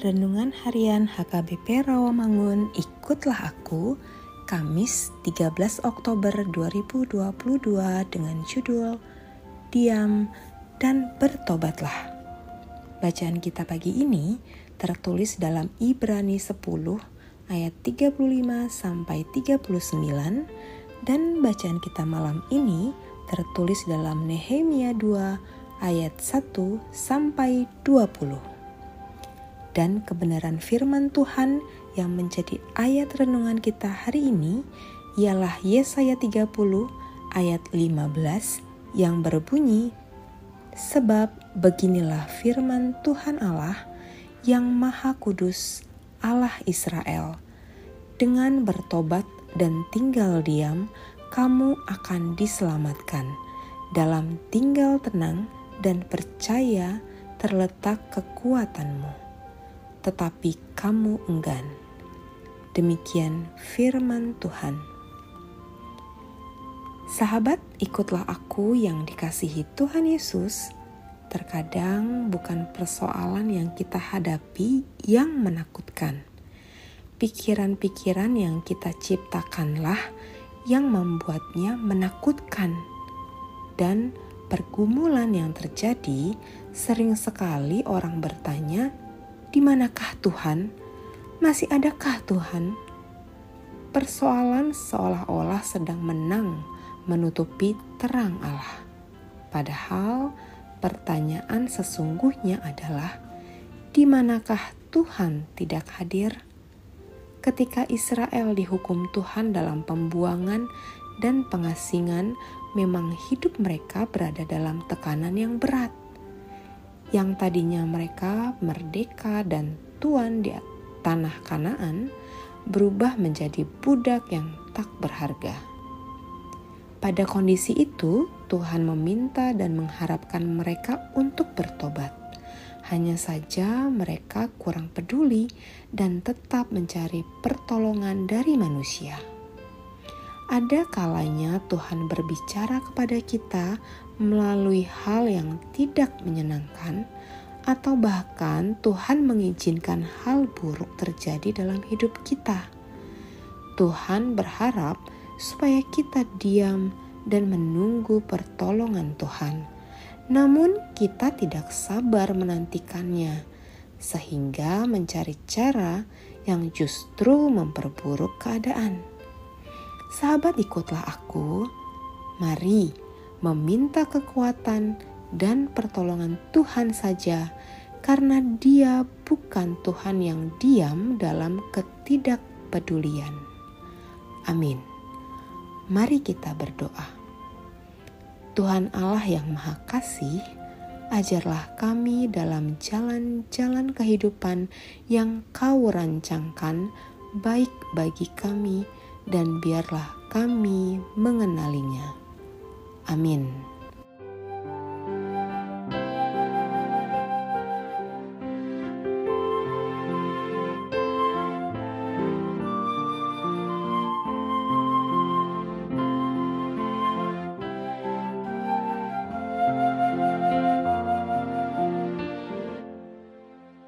Renungan Harian HKBP Rawamangun, ikutlah aku, Kamis 13 Oktober 2022 dengan judul Diam dan Bertobatlah. Bacaan kita pagi ini tertulis dalam Ibrani 10 ayat 35 sampai 39 dan bacaan kita malam ini tertulis dalam Nehemia 2 ayat 1 sampai 20. Dan kebenaran firman Tuhan yang menjadi ayat renungan kita hari ini ialah Yesaya 30 ayat 15 yang berbunyi, sebab beginilah firman Tuhan Allah yang Maha Kudus, Allah Israel, dengan bertobat dan tinggal diam, kamu akan diselamatkan. Dalam tinggal tenang dan percaya terletak kekuatanmu. Tetapi kamu enggan. Demikian firman Tuhan. Sahabat, ikutlah aku yang dikasihi Tuhan Yesus. Terkadang bukan persoalan yang kita hadapi yang menakutkan. Pikiran-pikiran yang kita ciptakanlah yang membuatnya menakutkan. Dan pergumulan yang terjadi, sering sekali orang bertanya, di manakah Tuhan? Masih adakah Tuhan? Persoalan seolah-olah sedang menang menutupi terang Allah. Padahal pertanyaan sesungguhnya adalah, di manakah Tuhan tidak hadir? Ketika Israel dihukum Tuhan dalam pembuangan dan pengasingan, memang hidup mereka berada dalam tekanan yang berat. Yang tadinya mereka merdeka dan tuan di tanah Kanaan, berubah menjadi budak yang tak berharga. Pada kondisi itu, Tuhan meminta dan mengharapkan mereka untuk bertobat. Hanya saja mereka kurang peduli dan tetap mencari pertolongan dari manusia. Ada kalanya Tuhan berbicara kepada kita melalui hal yang tidak menyenangkan, atau bahkan Tuhan mengizinkan hal buruk terjadi dalam hidup kita. Tuhan berharap supaya kita diam dan menunggu pertolongan Tuhan. Namun kita tidak sabar menantikannya, sehingga mencari cara yang justru memperburuk keadaan. Sahabat, ikutlah aku, mari meminta kekuatan dan pertolongan Tuhan saja, karena Dia bukan Tuhan yang diam dalam ketidakpedulian. Amin. Mari kita berdoa. Tuhan Allah yang Maha Kasih, ajarlah kami dalam jalan-jalan kehidupan yang Kau rancangkan baik bagi kami, dan biarlah kami mengenalinya. Amin.